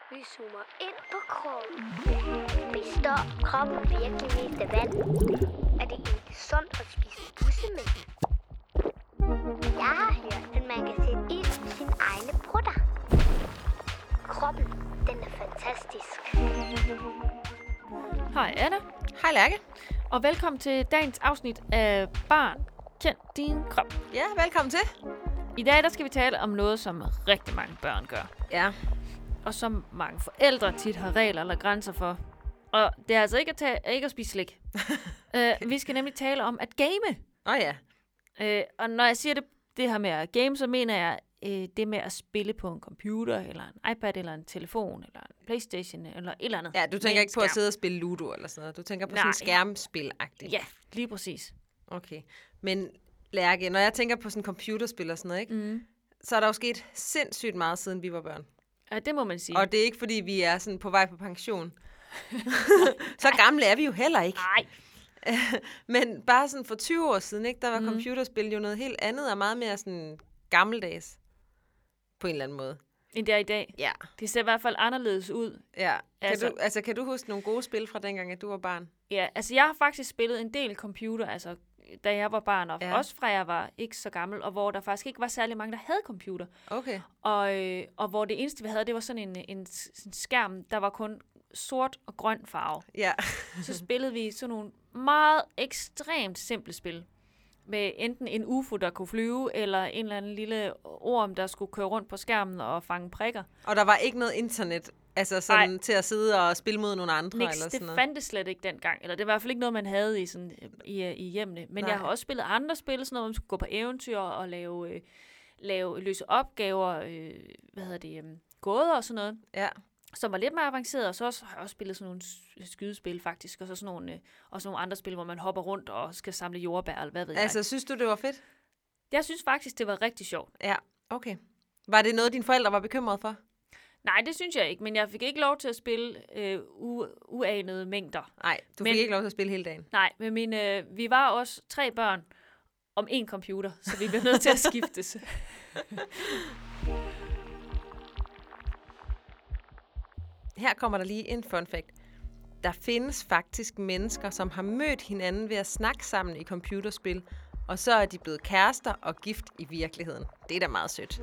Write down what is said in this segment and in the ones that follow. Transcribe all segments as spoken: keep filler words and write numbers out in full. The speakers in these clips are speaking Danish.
Vi zoomer ind på kroppen. Består kroppen virkelig mest af vand? Er det egentlig sundt at spise bussemænd? Jeg har hørt, at man kan sætte ild i sine egne brutter. Kroppen, den er fantastisk. Hej Anna. Hej Lærke. Og velkommen til dagens afsnit af Barn Kend Din Krop. Ja, velkommen til. I dag der skal vi tale om noget, som rigtig mange børn gør. Ja. Og som mange forældre tit har regler eller grænser for. Og det er altså ikke at, tage, ikke at spise slik. uh, vi skal nemlig tale om at game. Åh oh, ja. Uh, og når jeg siger det, det her med at game, så mener jeg uh, det med at spille på en computer, eller en iPad, eller en telefon, eller en PlayStation, eller et eller andet. Ja, du tænker ikke på at sidde og spille Ludo eller sådan noget. Du tænker på Nej. sådan skærmspil-agtigt. Ja, lige præcis. Okay. Men Lærke, når jeg tænker på sådan computerspil og sådan noget, ikke? Mm. så er der jo sket sindssygt meget, siden vi var børn. Ja, det må man sige. Og det er ikke, fordi vi er sådan på vej på pension. Så gamle er vi jo heller ikke. Nej. Men bare sådan for tyve år siden, ikke, der var mm. computerspil jo noget helt andet, og meget mere sådan gammeldags. På en eller anden måde. End det er i dag. Ja. Det ser i hvert fald anderledes ud. Ja. Kan, altså, du, altså, kan du huske nogle gode spil fra dengang, at du var barn? Ja, altså jeg har faktisk spillet en del computer, altså da jeg var barn, og ja. også fra jeg var ikke så gammel, og hvor der faktisk ikke var særlig mange, der havde computer. Okay. Og, øh, og hvor det eneste, vi havde, det var sådan en, en, en skærm, der var kun sort og grøn farve. Ja. Så spillede vi sådan nogle meget ekstremt simple spil. Med enten en U F O, der kunne flyve, eller en eller anden lille orm, der skulle køre rundt på skærmen og fange prikker. Og der var ikke noget internet, altså sådan Ej. til at sidde og spille mod nogle andre? Niks, eller sådan noget? Det fandtes slet ikke dengang. Eller det var i hvert fald ikke noget, man havde i, sådan, i, i hjemmene. Men Nej. jeg har også spillet andre spil, sådan noget, hvor man skulle gå på eventyr og lave, øh, lave løse opgaver, øh, hvad hedder det, øh, gåder og sådan noget. Ja. Som var lidt mere avanceret, og så også, har jeg også spillet sådan nogle skydespil faktisk, og så sådan nogle, øh, og sådan nogle andre spil, hvor man hopper rundt og skal samle jordbær, eller hvad ved jeg. Altså, synes du, det var fedt? Jeg synes faktisk, det var rigtig sjovt. Ja, okay. Var det noget, dine forældre var bekymrede for? Nej, det synes jeg ikke, men jeg fik ikke lov til at spille øh, u- uanede mængder. Nej, du fik men, ikke lov til at spille hele dagen? Nej, men mine, øh, vi var også tre børn om én computer, så vi blev nødt til at skiftes. Her kommer der lige en fun fact. Der findes faktisk mennesker, som har mødt hinanden ved at snakke sammen i computerspil, og så er de blevet kærester og gift i virkeligheden. Det er da meget sødt.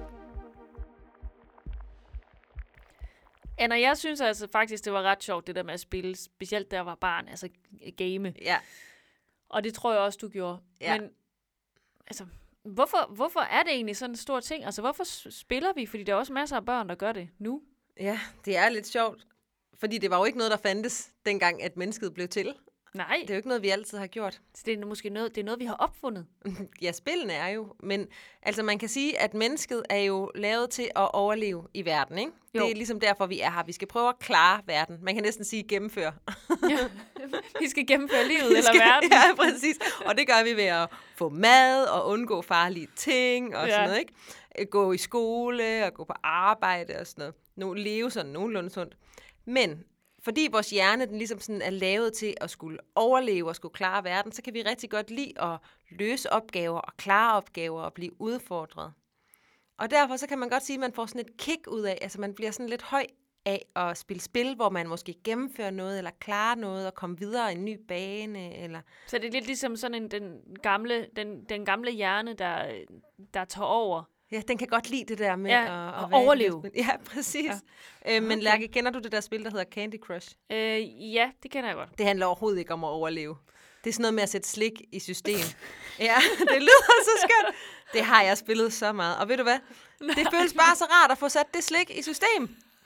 Anna, jeg synes altså faktisk, det var ret sjovt, det der med at spille, specielt da jeg var barn, altså game. Ja. Og det tror jeg også, du gjorde. Ja. Men altså, hvorfor, hvorfor er det egentlig sådan en stor ting? Altså, hvorfor spiller vi? Fordi der er også masser af børn, der gør det nu. Ja, det er lidt sjovt, fordi det var jo ikke noget, der fandtes, dengang at mennesket blev til. Nej. Det er jo ikke noget, vi altid har gjort. Så det er måske noget, det er noget, vi har opfundet. Ja, spillene er jo, men altså man kan sige, at mennesket er jo lavet til at overleve i verden, ikke? Jo. Det er ligesom derfor, vi er her. Vi skal prøve at klare verden. Man kan næsten sige gennemføre. Ja. Vi skal gennemføre livet eller skal, verden. Ja, præcis. Og det gør vi ved at få mad og undgå farlige ting og ja. sådan noget, ikke? Gå i skole og gå på arbejde og sådan noget. Nu leve sådan nogenlunde sundt. Men fordi vores hjerne den ligesom sådan er lavet til at skulle overleve og skulle klare verden, så kan vi rigtig godt lide at løse opgaver og klare opgaver og blive udfordret. Og derfor så kan man godt sige, at man får sådan et kick ud af, altså man bliver sådan lidt høj af at spille spil, hvor man måske gennemfører noget eller klarer noget og komme videre i en ny bane. Eller så det er lidt ligesom sådan en, den, gamle, den, den gamle hjerne, der, der tager over. Ja, den kan godt lide det der med ja, at, at, at overleve. Ja, præcis. Ja. Øh, men okay. Lærke, kender du det der spil, der hedder Candy Crush? Øh, ja, det kender jeg godt. Det handler overhovedet ikke om at overleve. Det er sådan noget med at sætte slik i system. Ja, det lyder så skønt. Det har jeg spillet så meget. Og ved du hvad? Nej. Det føles bare så rart at få sat det slik i system.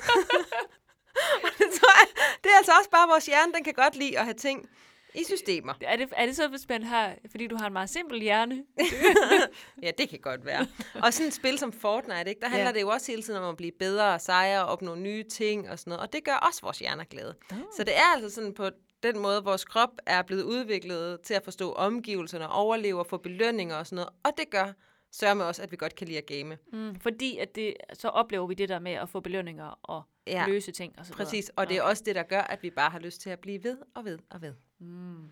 det, tror jeg, det er altså også bare vores hjerne, den kan godt lide at have ting i systemer. Er det, er det så, hvis man har, fordi du har en meget simpel hjerne? Ja, det kan godt være. Og sådan et spil som Fortnite, ikke? Der handler ja. det jo også hele tiden om at blive bedre og sejre og opnå nye ting og sådan noget. Og det gør også vores hjerner glade. Oh. Så det er altså sådan på den måde, vores krop er blevet udviklet til at forstå omgivelserne, overleve og få belønninger og sådan noget. Og det gør sørger med os, at vi godt kan lide at game. Mm, fordi at det, så oplever vi det der med at få belønninger og ja. løse ting og så videre. Præcis, og okay. det er også det, der gør, at vi bare har lyst til at blive ved og ved og ved. Mm.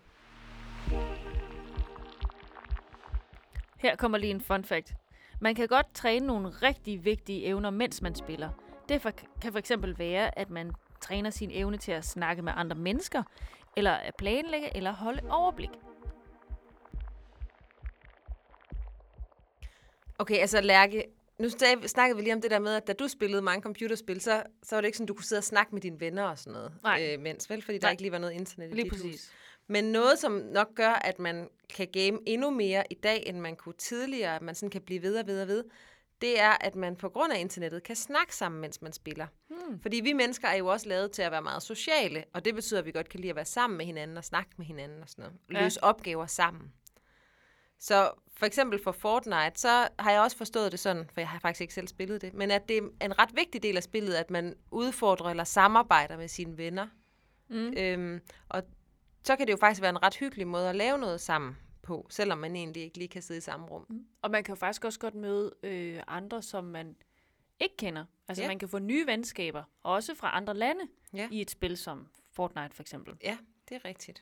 Her kommer lige en fun fact. Man kan godt træne nogle rigtig vigtige evner, mens man spiller. Det for, kan for eksempel være, at man træner sin evne til at snakke med andre mennesker, eller at planlægge, eller holde overblik. Okay, altså Lærke, nu snakkede vi lige om det der med, at da du spillede mange computerspil, så, så var det ikke sådan, du kunne sidde og snakke med dine venner og sådan noget, øh, mens, vel? Fordi der Nej. ikke lige var noget internet i Lige dit præcis. hus. Men noget, som nok gør, at man kan game endnu mere i dag, end man kunne tidligere, at man sådan kan blive ved og ved og ved, det er, at man på grund af internettet kan snakke sammen, mens man spiller. Hmm. Fordi vi mennesker er jo også lavet til at være meget sociale, og det betyder, at vi godt kan lide at være sammen med hinanden og snakke med hinanden og sådan noget. Løse ja. opgaver sammen. Så for eksempel for Fortnite, så har jeg også forstået det sådan, for jeg har faktisk ikke selv spillet det, men at det er en ret vigtig del af spillet, at man udfordrer eller samarbejder med sine venner. Mm. Øhm, og så kan det jo faktisk være en ret hyggelig måde at lave noget sammen på, selvom man egentlig ikke lige kan sidde i samme rum. Mm. Og man kan jo faktisk også godt møde øh, andre, som man ikke kender. Altså ja. man kan få nye venskaber, også fra andre lande, ja. i et spil som Fortnite for eksempel. Ja, det er rigtigt.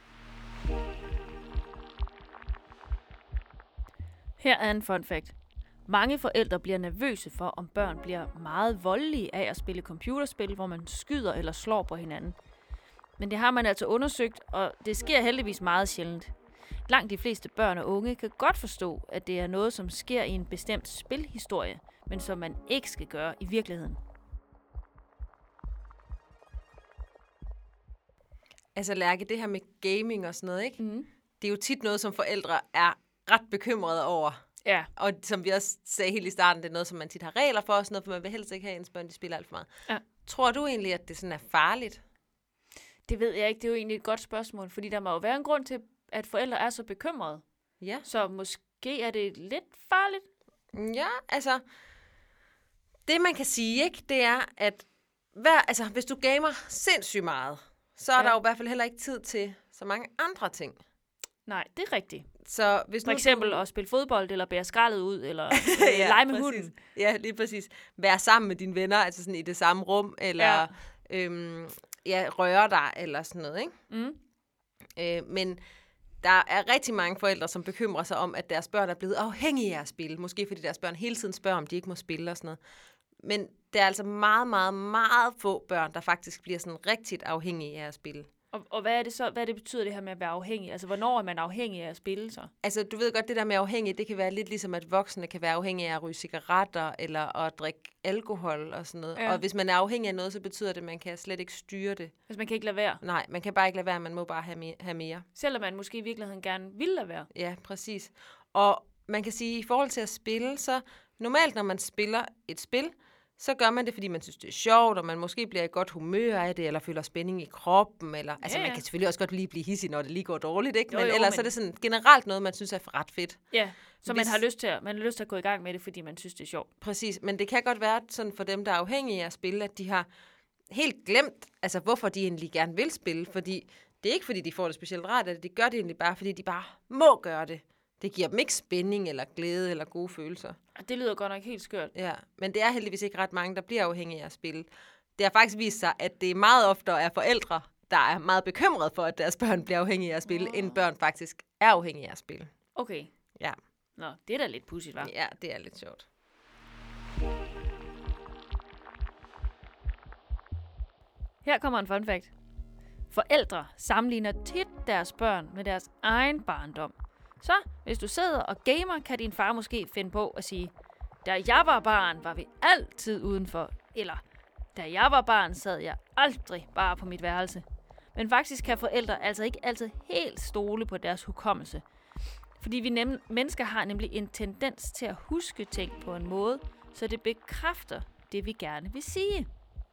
Her er en fun fact. Mange forældre bliver nervøse for, om børn bliver meget voldelige af at spille computerspil, hvor man skyder eller slår på hinanden. Men det har man altså undersøgt, og det sker heldigvis meget sjældent. Langt de fleste børn og unge kan godt forstå, at det er noget, som sker i en bestemt spilhistorie, men som man ikke skal gøre i virkeligheden. Altså Lærke, det her med gaming og sådan noget, ikke? Mm. Det er jo tit noget, som forældre er ret bekymrede over. Ja. Og som vi også sagde helt i starten, det er noget, som man tit har regler for og sådan noget, for man vil helst ikke have ens børn, de spiller alt for meget. Ja. Tror du egentlig, at det sådan er farligt? Det ved jeg ikke. Det er jo egentlig et godt spørgsmål, fordi der må jo være en grund til, at forældre er så bekymrede. Ja. Så måske er det lidt farligt? Ja, altså, det man kan sige, ikke, det er, at hver, altså, hvis du gamer sindssygt meget, så er ja. der jo i hvert fald heller ikke tid til så mange andre ting. Nej, det er rigtigt. Så hvis For nu eksempel du... at spille fodbold, eller bære skraldet ud, eller øh, ja, lege med præcis. hunden. Ja, lige præcis. Være sammen med dine venner, altså sådan i det samme rum, eller ja. Øhm, ja, røre dig, eller sådan noget, ikke? Mm. Øh, men der er rigtig mange forældre, som bekymrer sig om, at deres børn er blevet afhængige af at spille. Måske fordi deres børn hele tiden spørger, om de ikke må spille og sådan noget. Men der er altså meget, meget, meget få børn, der faktisk bliver sådan rigtigt afhængige af at spille. Og, og hvad er det så? Hvad det betyder det her med at være afhængig? Altså, hvornår er man afhængig af at spille så? Altså, du ved godt, det der med afhængig, det kan være lidt ligesom, at voksne kan være afhængige af at ryge cigaretter, eller at drikke alkohol og sådan noget. Ja. Og hvis man er afhængig af noget, så betyder det, at man kan slet ikke styre det. Altså, man kan ikke lade være? Nej, man kan bare ikke lade være, man må bare have mere. Have mere. Selvom man måske i virkeligheden gerne vil lade være? Ja, præcis. Og man kan sige, at i forhold til at spille, så normalt, når man spiller et spil, så gør man det, fordi man synes, det er sjovt, og man måske bliver i godt humør af det, eller føler spænding i kroppen, eller, ja, altså man kan selvfølgelig også godt lige blive hissig, når det lige går dårligt, ikke? Jo, Men jo, ellers men... er det sådan generelt noget, man synes er ret fedt. Ja, så Hvis... man har lyst til at, man har lyst til at gå i gang med det, fordi man synes, det er sjovt. Præcis, men det kan godt være sådan for dem, der er afhængige af at spille, at de har helt glemt, altså hvorfor de egentlig gerne vil spille, fordi det er ikke, fordi de får det specielt rart, at de gør det egentlig bare, fordi de bare må gøre det. Det giver dem ikke spænding, eller glæde, eller gode følelser. Det lyder godt nok helt skørt. Ja, men det er heldigvis ikke ret mange, der bliver afhængige af at spille. Det har faktisk vist sig, at det meget ofte er forældre, der er meget bekymrede for, at deres børn bliver afhængige af at spille, oh. end børn faktisk er afhængige af at spille. Okay. Ja. Nå, det er da lidt pudsigt, hva'? Ja, det er lidt sjovt. Her kommer en fun fact. Forældre sammenligner tit deres børn med deres egen barndom. Så, hvis du sidder og gamer, kan din far måske finde på at sige, da jeg var barn, var vi altid udenfor. Eller, da jeg var barn, sad jeg aldrig bare på mit værelse. Men faktisk kan forældre altså ikke altid helt stole på deres hukommelse. Fordi vi nem- mennesker har nemlig en tendens til at huske ting på en måde, så det bekræfter det, vi gerne vil sige.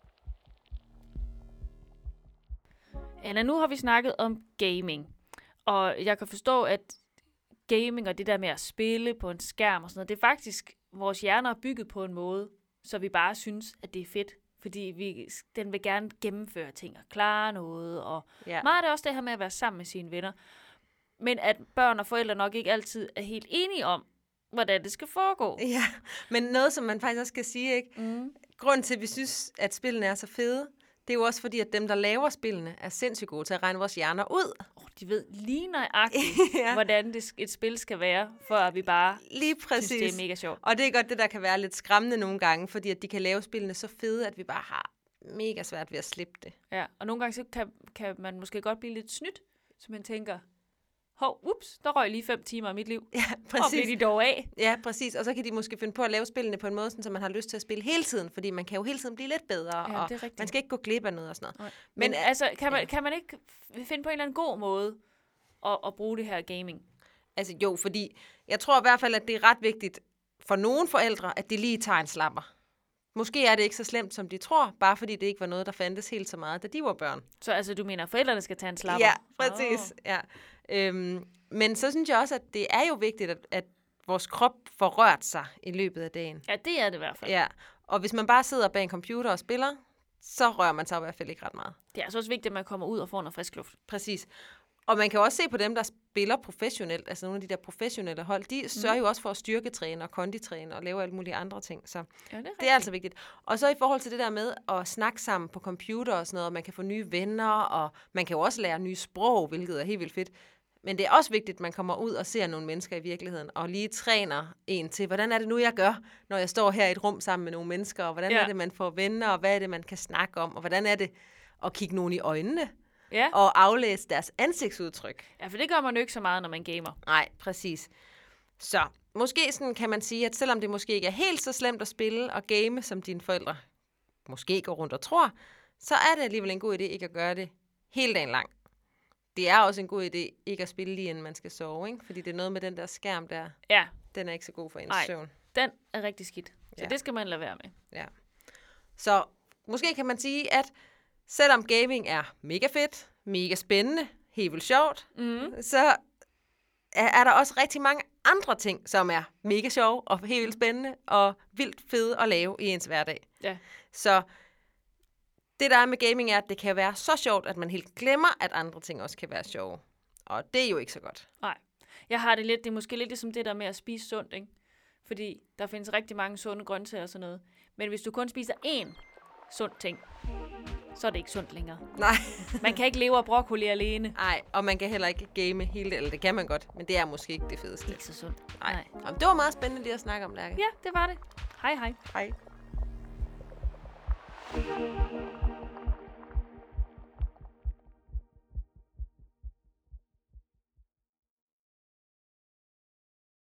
Anna, nu har vi snakket om gaming. Og jeg kan forstå, at gaming og det der med at spille på en skærm og sådan noget, det er faktisk, vores hjerner er bygget på en måde, så vi bare synes, at det er fedt. Fordi vi, den vil gerne gennemføre ting og klare noget. Og ja. Meget er det også det her med at være sammen med sine venner. Men at børn og forældre nok ikke altid er helt enige om, hvordan det skal foregå. Ja, men noget, som man faktisk også skal sige, ikke? Mm. Grunden til, at vi synes, at spillene er så fede, det er jo også fordi, at dem, der laver spillene, er sindssygt gode til at regne vores hjerner ud. Oh, de ved lige nøjagtigt, ja. hvordan det, et spil skal være, for at vi bare lige præcis. synes, det er mega sjovt. Og det er godt det, der kan være lidt skræmmende nogle gange, fordi at de kan lave spillene så fede, at vi bare har mega svært ved at slippe det. Ja, og nogle gange så kan, kan man måske godt blive lidt snydt, så man tænker, hov, ups, der røg lige fem timer af mit liv. Ja, præcis. Og bliver de dog af. Ja, præcis. Og så kan de måske finde på at lave spillene på en måde, så man har lyst til at spille hele tiden, fordi man kan jo hele tiden blive lidt bedre, ja, og man skal ikke gå glip af noget og sådan noget. Men, Men altså, kan man, ja. kan man ikke finde på en eller anden god måde at, at bruge det her gaming? Altså jo, fordi jeg tror i hvert fald, at det er ret vigtigt for nogle forældre, at de lige tager en slapper. Måske er det ikke så slemt, som de tror, bare fordi det ikke var noget, der fandtes helt så meget, da de var børn. Så altså, du mener, at forældrene skal tage en slapper? Ja, præcis. Oh. Ja. Øhm, men så synes jeg også, at det er jo vigtigt, at, at vores krop får rørt sig i løbet af dagen. Ja, det er det i hvert fald. Ja, og hvis man bare sidder bag en computer og spiller, så rører man sig i hvert fald ikke ret meget. Det er altså også vigtigt, at man kommer ud og får noget frisk luft. Præcis. Og man kan også se på dem, der spiller professionelt, altså nogle af de der professionelle hold, de sørger mm. jo også for at styrketræne og konditræne og lave alle mulige andre ting. Så ja, det, er det er altså vigtigt. Og så i forhold til det der med at snakke sammen på computer og sådan noget, og man kan få nye venner, og man kan jo også lære nye sprog, hvilket er helt vildt fedt. Men det er også vigtigt, at man kommer ud og ser nogle mennesker i virkeligheden, og lige træner en til, hvordan er det nu, jeg gør, når jeg står her i et rum sammen med nogle mennesker, og hvordan ja. er det, man får venner, og hvad er det, man kan snakke om, og hvordan er det at kigge nogen i øjnene, ja. og aflæse deres ansigtsudtryk. Ja, for det gør man jo ikke så meget, når man gamer. Nej, præcis. Så måske sådan kan man sige, at selvom det måske ikke er helt så slemt at spille og game, som dine forældre måske går rundt og tror, så er det alligevel en god idé ikke at gøre det hele dagen lang. Det er også en god idé ikke at spille lige inden man skal sove, ikke? Fordi det er noget med den der skærm der. Ja. Den er ikke så god for ens Ej, søvn. Den er rigtig skidt. Så ja. det skal man lade være med. Ja. Så måske kan man sige, at selvom gaming er mega fedt, mega spændende, helt vildt sjovt, mm. så er, er der også rigtig mange andre ting, som er mega sjove og helt vildt spændende og vildt fede at lave i ens hverdag. Ja. Så det, der er med gaming, er, at det kan være så sjovt, at man helt glemmer, at andre ting også kan være sjove. Og det er jo ikke så godt. Nej. Jeg har det lidt, det er måske lidt ligesom det der med at spise sundt, ikke? Fordi der findes rigtig mange sunde grøntsager og sådan noget. Men hvis du kun spiser én sund ting, så er det ikke sundt længere. Nej. Man kan ikke leve af broccoli alene. Nej, og man kan heller ikke game hele det, eller det kan man godt, men det er måske ikke det fedeste. Ikke så sundt. Nej. Nej. Det var meget spændende lige at snakke om, Lærke. Ja, det var det. Hej hej. Hej.